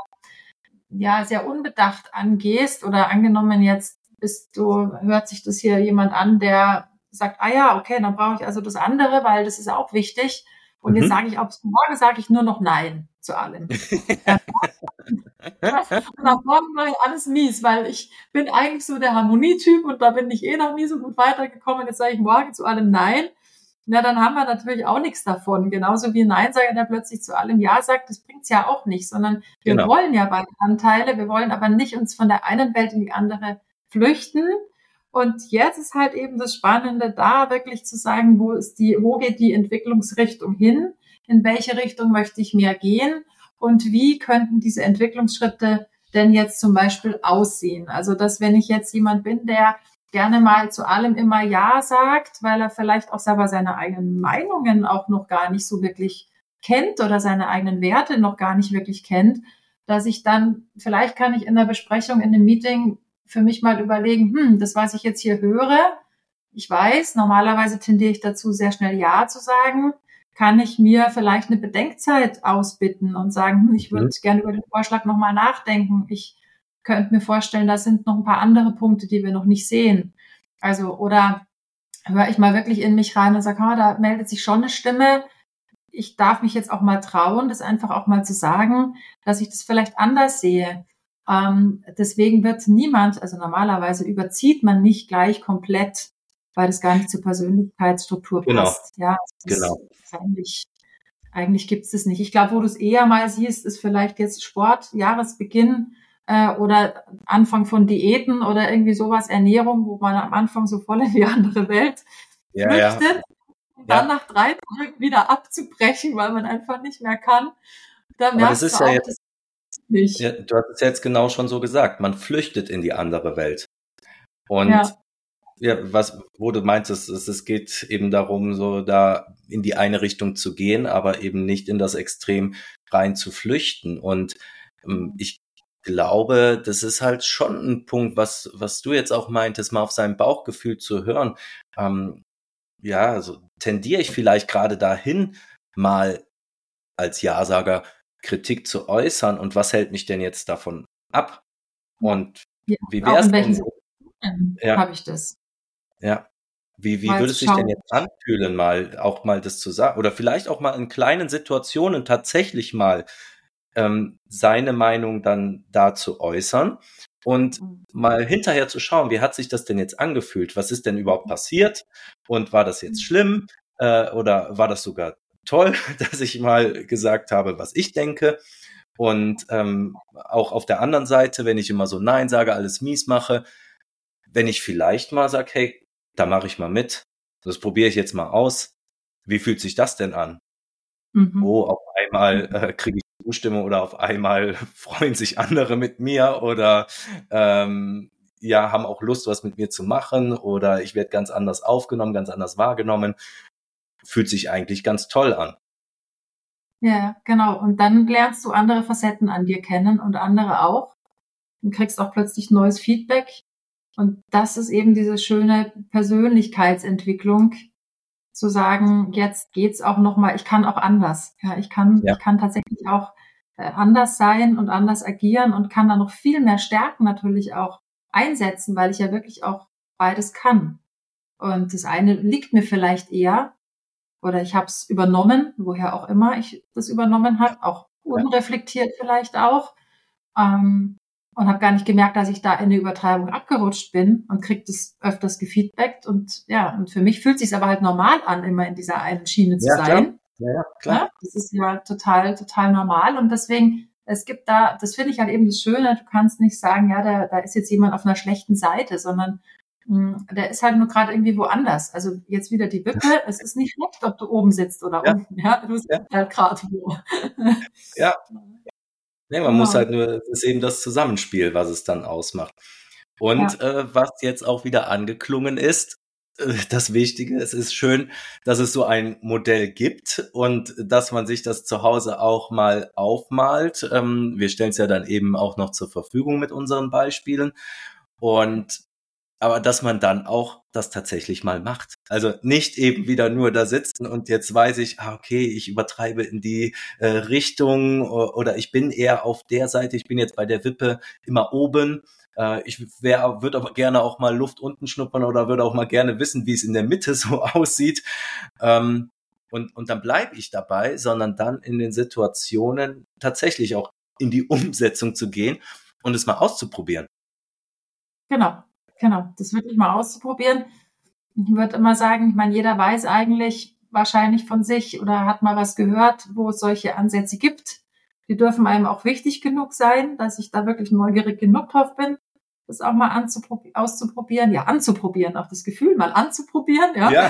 unbedacht angehst oder angenommen jetzt hört sich das hier jemand an, der sagt, ja, okay, dann brauche ich also das andere, weil das ist auch wichtig. Und jetzt morgen sage ich nur noch Nein zu allem. Und am Morgen mache ich alles mies, weil ich bin eigentlich so der Harmonietyp und da bin ich noch nie so gut weitergekommen. Jetzt sage ich morgen zu allem Nein. Na, dann haben wir natürlich auch nichts davon. Genauso wie ein Neinsager, der plötzlich zu allem Ja sagt, das bringt's ja auch nicht, sondern wir wollen ja beide Anteile, wir wollen aber nicht uns von der einen Welt in die andere flüchten. Und jetzt ist halt eben das Spannende, da wirklich zu sagen, wo geht die Entwicklungsrichtung hin? In welche Richtung möchte ich mehr gehen? Und wie könnten diese Entwicklungsschritte denn jetzt zum Beispiel aussehen? Also, dass wenn ich jetzt jemand bin, der gerne mal zu allem immer Ja sagt, weil er vielleicht auch selber seine eigenen Meinungen auch noch gar nicht so wirklich kennt oder seine eigenen Werte noch gar nicht wirklich kennt, dass ich dann, vielleicht kann ich in der Besprechung, in einem Meeting für mich mal überlegen, das, was ich jetzt hier höre, ich weiß, normalerweise tendiere ich dazu, sehr schnell Ja zu sagen, kann ich mir vielleicht eine Bedenkzeit ausbitten und sagen, ich würde gerne über den Vorschlag nochmal nachdenken. Ich könnte mir vorstellen, da sind noch ein paar andere Punkte, die wir noch nicht sehen. Also, oder höre ich mal wirklich in mich rein und sage, da meldet sich schon eine Stimme. Ich darf mich jetzt auch mal trauen, das einfach auch mal zu sagen, dass ich das vielleicht anders sehe. Deswegen wird niemand, also normalerweise überzieht man nicht gleich komplett, weil das gar nicht zur Persönlichkeitsstruktur passt. Ja, eigentlich gibt es das nicht. Ich glaube, wo du es eher mal siehst, ist vielleicht jetzt Sport, Jahresbeginn oder Anfang von Diäten oder irgendwie sowas, Ernährung, wo man am Anfang so voll in die andere Welt flüchtet, und dann nach 3 Tagen wieder abzubrechen, weil man einfach nicht mehr kann. Da merkst du auch, das nicht.
Ja, du hast es jetzt genau schon so gesagt, man flüchtet in die andere Welt. Und wo du meintest, es geht eben darum, so da in die eine Richtung zu gehen, aber eben nicht in das Extrem rein zu flüchten. Und ich glaube, das ist halt schon ein Punkt, was du jetzt auch meintest, mal auf sein Bauchgefühl zu hören. Also tendiere ich vielleicht gerade dahin, mal als Ja-Sager Kritik zu äußern, und was hält mich denn jetzt davon ab? Und wie wäre es denn?
Habe ich das?
Ja. Wie würde es sich denn jetzt anfühlen, auch mal das zu sagen? Oder vielleicht auch mal in kleinen Situationen tatsächlich mal seine Meinung dann da zu äußern und mal hinterher zu schauen, wie hat sich das denn jetzt angefühlt? Was ist denn überhaupt passiert? Und war das jetzt schlimm? Oder war das sogar toll, dass ich mal gesagt habe, was ich denke? Und auch auf der anderen Seite, wenn ich immer so Nein sage, alles mies mache, wenn ich vielleicht mal sage, hey, da mache ich mal mit, das probiere ich jetzt mal aus. Wie fühlt sich das denn an? Auf einmal kriege ich Zustimmung oder auf einmal freuen sich andere mit mir oder haben auch Lust, was mit mir zu machen, oder ich werde ganz anders aufgenommen, ganz anders wahrgenommen. Fühlt sich eigentlich ganz toll an.
Ja, genau. Und dann lernst du andere Facetten an dir kennen und andere auch. Und kriegst auch plötzlich neues Feedback. Und das ist eben diese schöne Persönlichkeitsentwicklung, zu sagen, jetzt geht's auch nochmal, ich kann auch anders. Ja, ich kann tatsächlich auch anders sein und anders agieren und kann da noch viel mehr Stärken natürlich auch einsetzen, weil ich ja wirklich auch beides kann. Und das eine liegt mir vielleicht eher, oder ich habe es übernommen, woher auch immer ich das übernommen habe, auch unreflektiert vielleicht auch, und habe gar nicht gemerkt, dass ich da in eine Übertreibung abgerutscht bin und kriege das öfters gefeedbackt. Und und für mich fühlt es sich aber halt normal an, immer in dieser einen Schiene zu sein. Klar. Ja, das ist ja total, total normal. Und deswegen, es gibt da, das finde ich halt eben das Schöne, du kannst nicht sagen, da ist jetzt jemand auf einer schlechten Seite, sondern der ist halt nur gerade irgendwie woanders. Also jetzt wieder die Wippe, es ist nicht schlecht, ob du oben sitzt oder unten. Ja, du sitzt halt gerade wo.
Ja. Nee, man muss halt nur, es ist eben das Zusammenspiel, was es dann ausmacht. Und was jetzt auch wieder angeklungen ist, das Wichtige, es ist schön, dass es so ein Modell gibt und dass man sich das zu Hause auch mal aufmalt. Wir stellen es ja dann eben auch noch zur Verfügung mit unseren Beispielen. Und aber dass man dann auch das tatsächlich mal macht. Also nicht eben wieder nur da sitzen und jetzt weiß ich, okay, ich übertreibe in die Richtung oder ich bin eher auf der Seite, ich bin jetzt bei der Wippe immer oben. Ich würde aber gerne auch mal Luft unten schnuppern oder würde auch mal gerne wissen, wie es in der Mitte so aussieht. Und dann bleibe ich dabei, sondern dann in den Situationen tatsächlich auch in die Umsetzung zu gehen und es mal auszuprobieren.
Genau, das wirklich mal auszuprobieren. Ich würde immer sagen, ich meine, jeder weiß eigentlich wahrscheinlich von sich oder hat mal was gehört, wo es solche Ansätze gibt. Die dürfen einem auch wichtig genug sein, dass ich da wirklich neugierig genug drauf bin, das auch mal auszuprobieren. Ja, anzuprobieren, auch das Gefühl, mal anzuprobieren. Ja.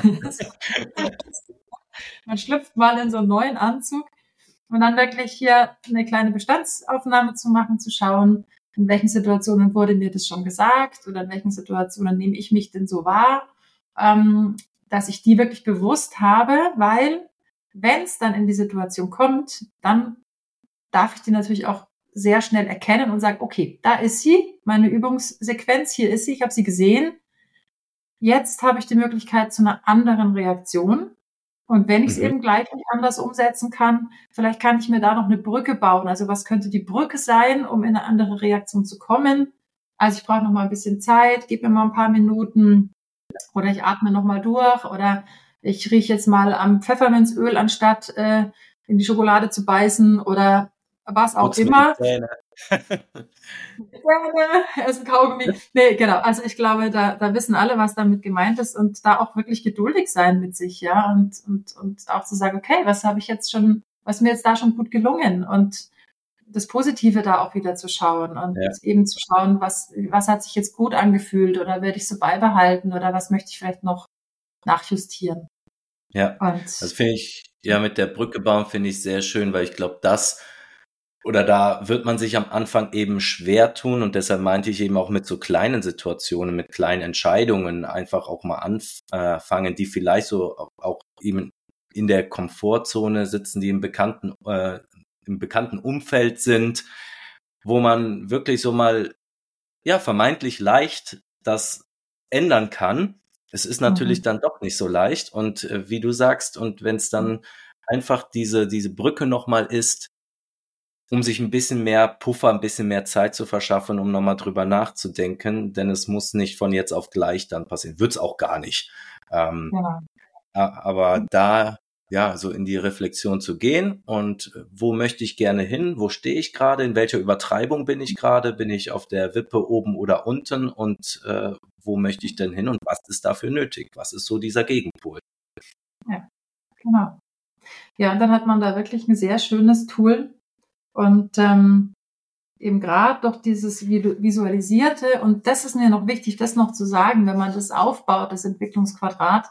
Man schlüpft mal in so einen neuen Anzug und dann wirklich hier eine kleine Bestandsaufnahme zu machen, zu schauen, in welchen Situationen wurde mir das schon gesagt oder in welchen Situationen nehme ich mich denn so wahr, dass ich die wirklich bewusst habe, weil wenn es dann in die Situation kommt, dann darf ich die natürlich auch sehr schnell erkennen und sagen, okay, da ist sie, meine Übungssequenz, hier ist sie, ich habe sie gesehen. Jetzt habe ich die Möglichkeit zu einer anderen Reaktion. Und wenn ich es eben gleich nicht anders umsetzen kann, vielleicht kann ich mir da noch eine Brücke bauen. Also was könnte die Brücke sein, um in eine andere Reaktion zu kommen? Also ich brauche noch mal ein bisschen Zeit, gib mir mal ein paar Minuten oder ich atme noch mal durch oder ich rieche jetzt mal am Pfefferminzöl, anstatt in die Schokolade zu beißen oder was auch immer. Essen Kaugummi. Nee, genau. Also ich glaube, da wissen alle, was damit gemeint ist und da auch wirklich geduldig sein mit sich, ja, und auch zu sagen, okay, was mir jetzt da schon gut gelungen und das Positive da auch wieder zu schauen und eben zu schauen, was hat sich jetzt gut angefühlt oder werde ich so beibehalten oder was möchte ich vielleicht noch nachjustieren.
Ja, das finde ich, mit der Brücke bauen finde ich sehr schön, weil ich glaube, da wird man sich am Anfang eben schwer tun und deshalb meinte ich eben auch mit so kleinen Situationen, mit kleinen Entscheidungen einfach auch mal anfangen, die vielleicht so auch eben in der Komfortzone sitzen, die im bekannten Umfeld sind, wo man wirklich so mal, vermeintlich leicht das ändern kann. Es ist natürlich dann doch nicht so leicht und wie du sagst, und wenn es dann einfach diese Brücke nochmal ist, um sich ein bisschen mehr Puffer, ein bisschen mehr Zeit zu verschaffen, um nochmal drüber nachzudenken, denn es muss nicht von jetzt auf gleich dann passieren. Wird's auch gar nicht. Aber da, so in die Reflexion zu gehen und wo möchte ich gerne hin? Wo stehe ich gerade? In welcher Übertreibung bin ich gerade? Bin ich auf der Wippe oben oder unten? Und wo möchte ich denn hin? Und was ist dafür nötig? Was ist so dieser Gegenpol?
Ja, genau. Ja, und dann hat man da wirklich ein sehr schönes Tool, und eben gerade durch dieses Visualisierte, und das ist mir noch wichtig, das noch zu sagen, wenn man das aufbaut, das Entwicklungsquadrat,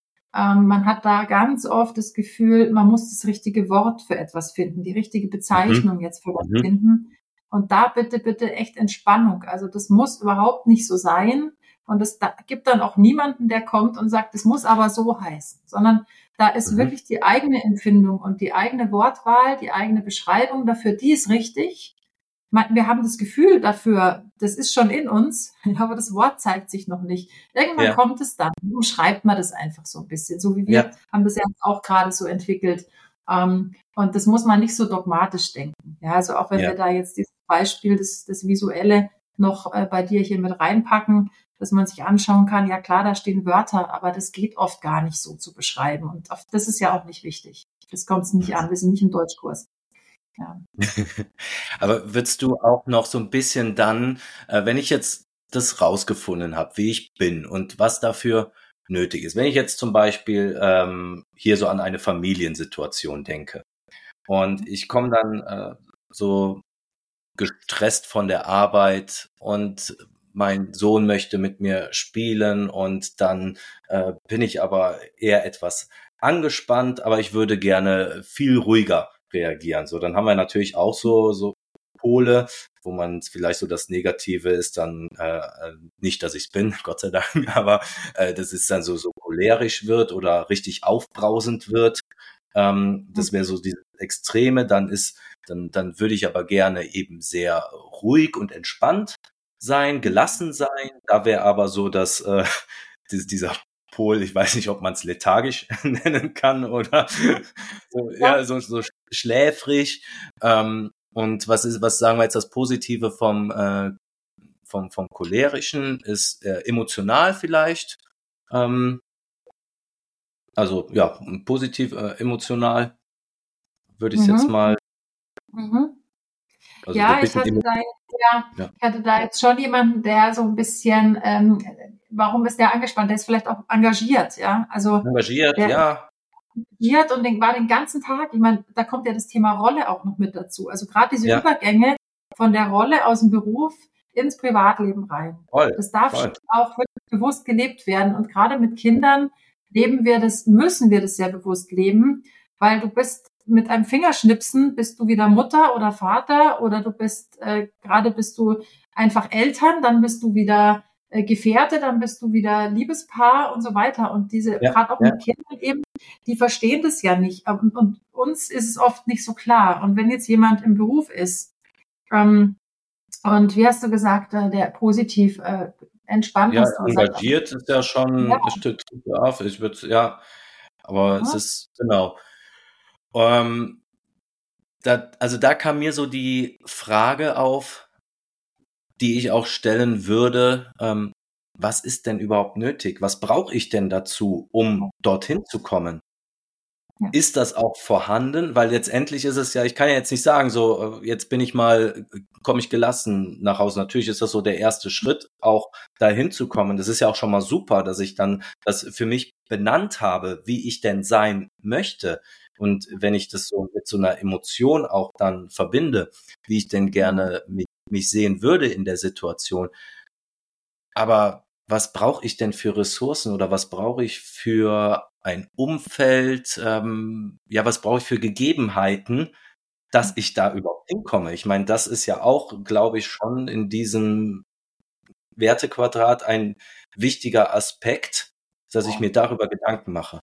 man hat da ganz oft das Gefühl, man muss das richtige Wort für etwas finden, die richtige Bezeichnung jetzt für was finden. Und da bitte echt Entspannung. Also das muss überhaupt nicht so sein. Und es gibt dann auch niemanden, der kommt und sagt, das muss aber so heißen, sondern da ist wirklich die eigene Empfindung und die eigene Wortwahl, die eigene Beschreibung dafür, die ist richtig. Wir haben das Gefühl dafür, das ist schon in uns, aber das Wort zeigt sich noch nicht. Irgendwann kommt es dann, umschreibt man das einfach so ein bisschen, so wie wir haben das ja auch gerade so entwickelt. Und das muss man nicht so dogmatisch denken. Ja, also auch wenn wir da jetzt dieses Beispiel, das Visuelle noch bei dir hier mit reinpacken, dass man sich anschauen kann, ja klar, da stehen Wörter, aber das geht oft gar nicht so zu beschreiben. Und das ist ja auch nicht wichtig. Das kommt es nicht an. Wir sind nicht im Deutschkurs. Ja.
Aber würdest du auch noch so ein bisschen dann, wenn ich jetzt das rausgefunden habe, wie ich bin und was dafür nötig ist, wenn ich jetzt zum Beispiel hier so an eine Familiensituation denke und ich komme dann so gestresst von der Arbeit und mein Sohn möchte mit mir spielen und dann bin ich aber eher etwas angespannt, aber ich würde gerne viel ruhiger reagieren. So, dann haben wir natürlich auch so Pole, wo man vielleicht so das Negative ist dann nicht, dass ich es bin, Gott sei Dank, aber das ist dann so cholerisch wird oder richtig aufbrausend wird. Das wäre so dieses Extreme. Dann würde ich aber gerne eben sehr ruhig und entspannt sein, gelassen sein. Da wäre aber so, dass dieser Pol, ich weiß nicht, ob man es lethargisch nennen kann oder so, ja, so schläfrig. Und was sagen wir jetzt das Positive vom Cholerischen ist emotional vielleicht. Also ja, positiv emotional würde ich es jetzt mal.
Also ja, so ich hatte da jetzt schon jemanden, der so ein bisschen, warum ist der angespannt? Der ist vielleicht auch engagiert, ja. Also
engagiert, ja.
Engagiert und war den ganzen Tag, ich meine, da kommt ja das Thema Rolle auch noch mit dazu. Also gerade diese Übergänge von der Rolle aus dem Beruf ins Privatleben rein. Das darf auch wirklich bewusst gelebt werden. Und gerade mit Kindern müssen wir das sehr bewusst leben, weil du bist mit einem Fingerschnipsen bist du wieder Mutter oder Vater oder du bist bist du einfach Eltern, dann bist du wieder Gefährte, dann bist du wieder Liebespaar und so weiter. Und diese gerade auch mit Kindern eben, die verstehen das ja nicht. Und uns ist es oft nicht so klar. Und wenn jetzt jemand im Beruf ist und wie hast du gesagt, der positiv entspannt ist.
Ja, engagiert ist ja schon ein Stück auf. Ich würde aber es ist genau. Da kam mir so die Frage auf, die ich auch stellen würde, was ist denn überhaupt nötig? Was brauche ich denn dazu, um dorthin zu kommen? Ja. Ist das auch vorhanden? Weil letztendlich ist es ja, ich kann ja jetzt nicht sagen, so jetzt komme ich gelassen nach Hause. Natürlich ist das so der erste Schritt, auch dahin zu kommen. Das ist ja auch schon mal super, dass ich dann das für mich benannt habe, wie ich denn sein möchte. Und wenn ich das so mit so einer Emotion auch dann verbinde, wie ich denn gerne mich sehen würde in der Situation. Aber was brauche ich denn für Ressourcen oder was brauche ich für ein Umfeld? Was brauche ich für Gegebenheiten, dass ich da überhaupt hinkomme? Ich meine, das ist ja auch, glaube ich, schon in diesem Wertequadrat ein wichtiger Aspekt, dass ich mir darüber Gedanken mache.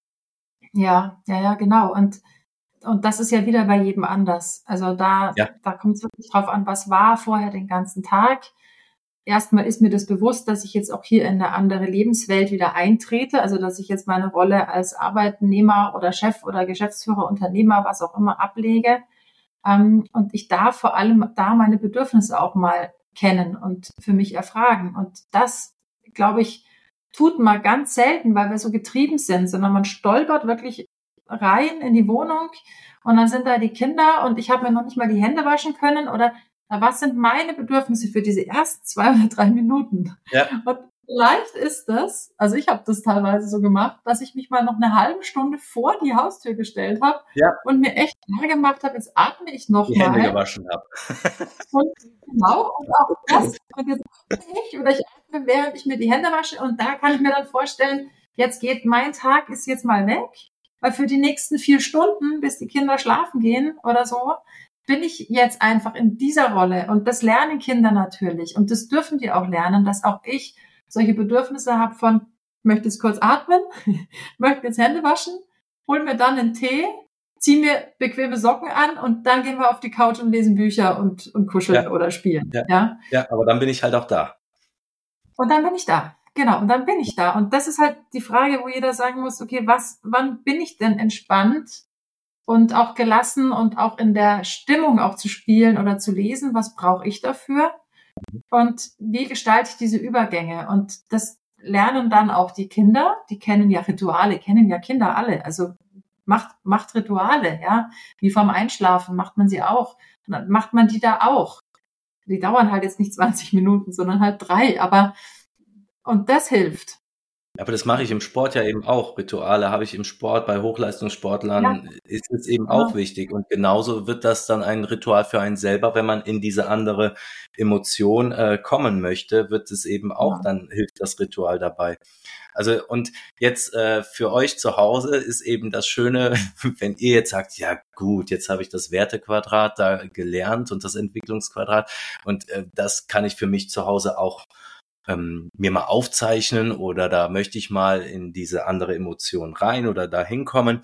Ja, genau. Und das ist ja wieder bei jedem anders. Also da kommt es wirklich drauf an, was war vorher den ganzen Tag. Erstmal ist mir das bewusst, dass ich jetzt auch hier in eine andere Lebenswelt wieder eintrete. Also dass ich jetzt meine Rolle als Arbeitnehmer oder Chef oder Geschäftsführer, Unternehmer, was auch immer ablege. Und ich darf vor allem da meine Bedürfnisse auch mal kennen und für mich erfragen. Und das, glaube ich, tut man ganz selten, weil wir so getrieben sind, sondern man stolpert wirklich rein in die Wohnung und dann sind da die Kinder und ich habe mir noch nicht mal die Hände waschen können oder was sind meine Bedürfnisse für diese ersten 2 oder 3 Minuten? Ja. Und vielleicht ist das, also ich habe das teilweise so gemacht, dass ich mich mal noch eine halbe Stunde vor die Haustür gestellt habe und mir echt klar gemacht habe, jetzt atme ich noch
die Hände gewaschen habe.
Und genau, und auch das. Und jetzt oder ich atme, während ich mir die Hände wasche und da kann ich mir dann vorstellen, mein Tag ist jetzt mal weg, weil für die nächsten 4 Stunden, bis die Kinder schlafen gehen oder so, bin ich jetzt einfach in dieser Rolle und das lernen Kinder natürlich und das dürfen die auch lernen, dass auch ich solche Bedürfnisse habe von, möchte jetzt kurz atmen, möchte jetzt Hände waschen, hol mir dann einen Tee, zieh mir bequeme Socken an und dann gehen wir auf die Couch und lesen Bücher und kuscheln oder spielen. Ja,
aber dann bin ich halt auch da.
Und dann bin ich da. Genau, und dann bin ich da. Und das ist halt die Frage, wo jeder sagen muss, okay, wann bin ich denn entspannt und auch gelassen und auch in der Stimmung auch zu spielen oder zu lesen, was brauche ich dafür? Und wie gestalte ich diese Übergänge? Und das lernen dann auch die Kinder, die kennen ja Rituale, kennen ja Kinder alle. Also macht Rituale, ja. Wie vorm Einschlafen macht man sie auch. Und dann macht man die da auch. Die dauern halt jetzt nicht 20 Minuten, sondern halt 3. Und das hilft.
Aber das mache ich im Sport ja eben auch. Rituale habe ich im Sport, bei Hochleistungssportlern ist es eben auch wichtig. Und genauso wird das dann ein Ritual für einen selber, wenn man in diese andere Emotion kommen möchte, wird es eben auch, dann hilft das Ritual dabei. Also und jetzt für euch zu Hause ist eben das Schöne, wenn ihr jetzt sagt, ja gut, jetzt habe ich das Wertequadrat da gelernt und das Entwicklungsquadrat und das kann ich für mich zu Hause auch mir mal aufzeichnen oder da möchte ich mal in diese andere Emotion rein oder da hinkommen.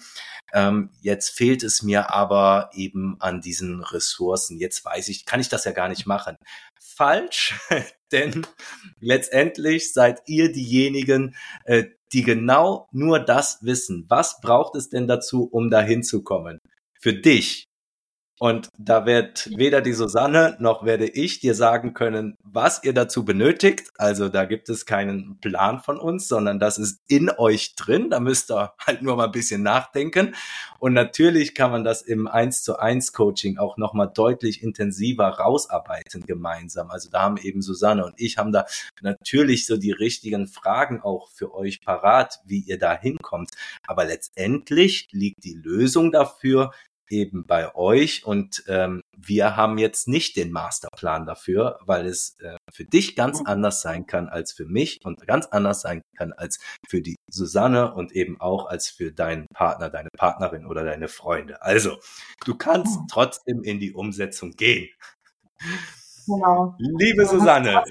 Jetzt fehlt es mir aber eben an diesen Ressourcen. Jetzt weiß ich, kann ich das ja gar nicht machen. falsch, denn letztendlich seid ihr diejenigen, die genau nur das wissen. Was braucht es denn dazu, um da hinzukommen? Für dich. Und da wird weder die Susanne noch werde ich dir sagen können, was ihr dazu benötigt. Also da gibt es keinen Plan von uns, sondern das ist in euch drin. Da müsst ihr halt nur mal ein bisschen nachdenken. Und natürlich kann man das im 1:1 Coaching auch nochmal deutlich intensiver rausarbeiten gemeinsam. Also da haben eben Susanne und ich haben da natürlich so die richtigen Fragen auch für euch parat, wie ihr da hinkommt. Aber letztendlich liegt die Lösung dafür eben bei euch und wir haben jetzt nicht den Masterplan dafür, weil es für dich ganz anders sein kann als für mich und ganz anders sein kann als für die Susanne und eben auch als für deinen Partner, deine Partnerin oder deine Freunde. Also, du kannst trotzdem in die Umsetzung gehen.
Genau.
Liebe Susanne,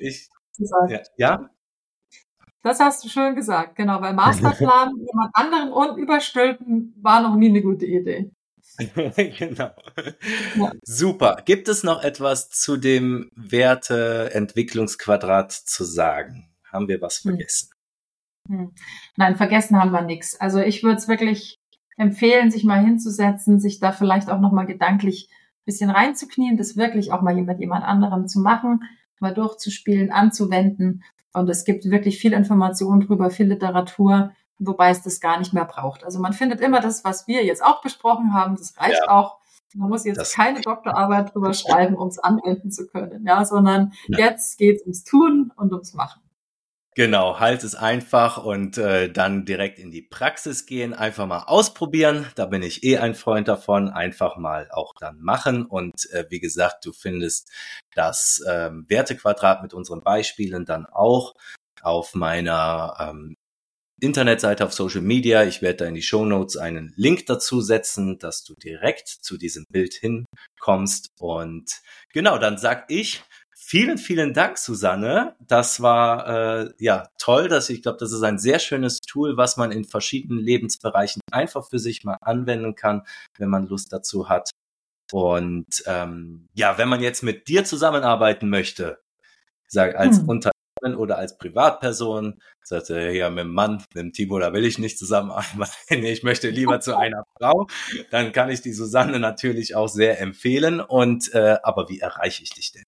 ja?
Das hast du schön gesagt, genau, weil Masterplan jemand anderen überstülpen war noch nie eine gute Idee.
Genau. Ja. Super. Gibt es noch etwas zu dem Werteentwicklungsquadrat zu sagen? Haben wir was vergessen?
Nein, vergessen haben wir nichts. Also ich würde es wirklich empfehlen, sich mal hinzusetzen, sich da vielleicht auch nochmal gedanklich ein bisschen reinzuknien, das wirklich auch mal mit jemand anderem zu machen, mal durchzuspielen, anzuwenden. Und es gibt wirklich viel Information drüber, viel Literatur, wobei es das gar nicht mehr braucht. Also man findet immer das, was wir jetzt auch besprochen haben, das reicht auch. Man muss jetzt keine Doktorarbeit drüber schreiben, um es anwenden zu können, sondern jetzt geht es ums Tun und ums Machen.
Genau, halt es einfach und dann direkt in die Praxis gehen, einfach mal ausprobieren. Da bin ich ein Freund davon, einfach mal auch dann machen. Und wie gesagt, du findest das Wertequadrat mit unseren Beispielen dann auch auf meiner Internetseite auf Social Media. Ich werde da in die Shownotes einen Link dazu setzen, dass du direkt zu diesem Bild hinkommst. Und genau, dann sag ich vielen, vielen Dank, Susanne. Das war toll, ich glaube, das ist ein sehr schönes Tool, was man in verschiedenen Lebensbereichen einfach für sich mal anwenden kann, wenn man Lust dazu hat. Und wenn man jetzt mit dir zusammenarbeiten möchte, als Unternehmen oder als Privatperson, sagte ja, mit dem Mann, mit dem Timo, da will ich nicht zusammenarbeiten, ich möchte lieber zu einer Frau, dann kann ich die Susanne natürlich auch sehr empfehlen. Und aber wie erreiche ich dich denn?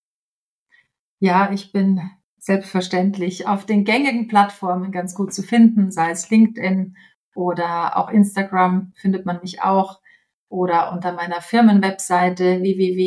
Ja, ich bin selbstverständlich auf den gängigen Plattformen ganz gut zu finden, sei es LinkedIn oder auch Instagram findet man mich auch oder unter meiner Firmenwebseite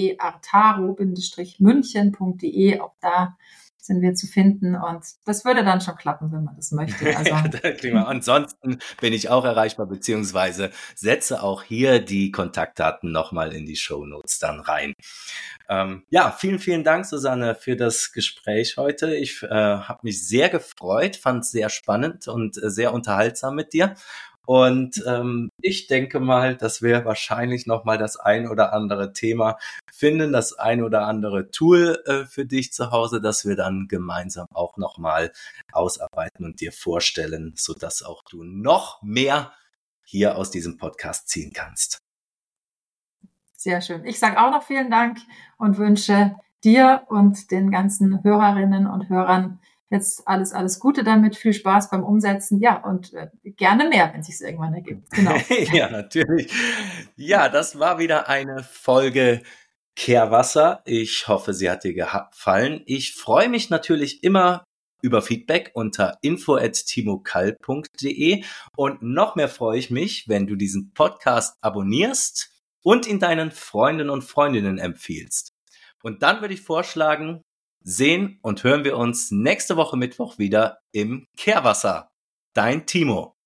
www.artaro-münchen.de, auch da sind wir zu finden und das würde dann schon klappen, wenn man das möchte. Also,
ansonsten bin ich auch erreichbar, beziehungsweise setze auch hier die Kontaktdaten nochmal in die Shownotes dann rein. Vielen, vielen Dank, Susanne, für das Gespräch heute. Ich habe mich sehr gefreut, fand es sehr spannend und sehr unterhaltsam mit dir. Und ich denke mal, dass wir wahrscheinlich nochmal das ein oder andere Thema finden, das ein oder andere Tool für dich zu Hause, das wir dann gemeinsam auch nochmal ausarbeiten und dir vorstellen, sodass auch du noch mehr hier aus diesem Podcast ziehen kannst.
Sehr schön. Ich sage auch noch vielen Dank und wünsche dir und den ganzen Hörerinnen und Hörern jetzt alles Gute damit, viel Spaß beim Umsetzen, und gerne mehr, wenn es sich irgendwann ergibt. Genau.
Ja, natürlich. Ja, das war wieder eine Folge Kehrwasser. Ich hoffe, sie hat dir gefallen. Ich freue mich natürlich immer über Feedback unter info@timokal.de und noch mehr freue ich mich, wenn du diesen Podcast abonnierst und ihn deinen Freunden und Freundinnen empfiehlst. Und dann würde ich vorschlagen, sehen und hören wir uns nächste Woche Mittwoch wieder im Kehrwasser. Dein Timo.